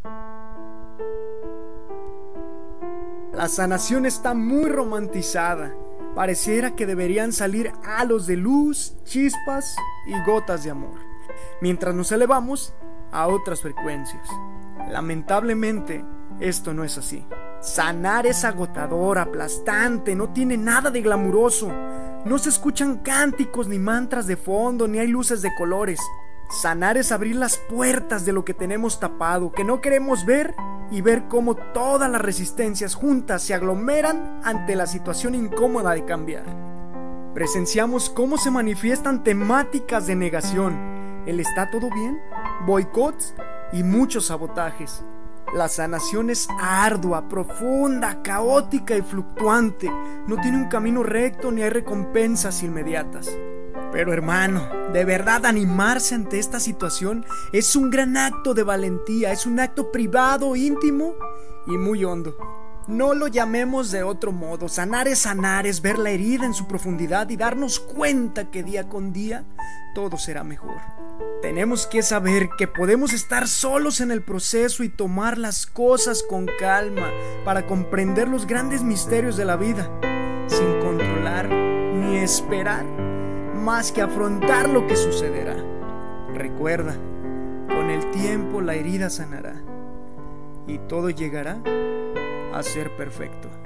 La sanación está muy romantizada. Pareciera que deberían salir halos de luz, chispas y gotas de amor, mientras nos elevamos a otras frecuencias. Lamentablemente, esto no es así. Sanar es agotador, aplastante, no tiene nada de glamuroso. No se escuchan cánticos ni mantras de fondo, ni hay luces de colores. Sanar es abrir las puertas de lo que tenemos tapado, que no queremos ver, y ver cómo todas las resistencias juntas se aglomeran ante la situación incómoda de cambiar. Presenciamos cómo se manifiestan temáticas de negación, el ¿está todo bien?, boicots y muchos sabotajes. La sanación es ardua, profunda, caótica y fluctuante. No tiene un camino recto ni hay recompensas inmediatas. Pero hermano, de verdad animarse ante esta situación es un gran acto de valentía, es un acto privado, íntimo y muy hondo. No lo llamemos de otro modo. Sanar, es ver la herida en su profundidad y darnos cuenta que día con día todo será mejor. Tenemos que saber que podemos estar solos en el proceso y tomar las cosas con calma para comprender los grandes misterios de la vida, sin controlar ni esperar más que afrontar lo que sucederá. Recuerda, con el tiempo la herida sanará y todo llegará a ser perfecto.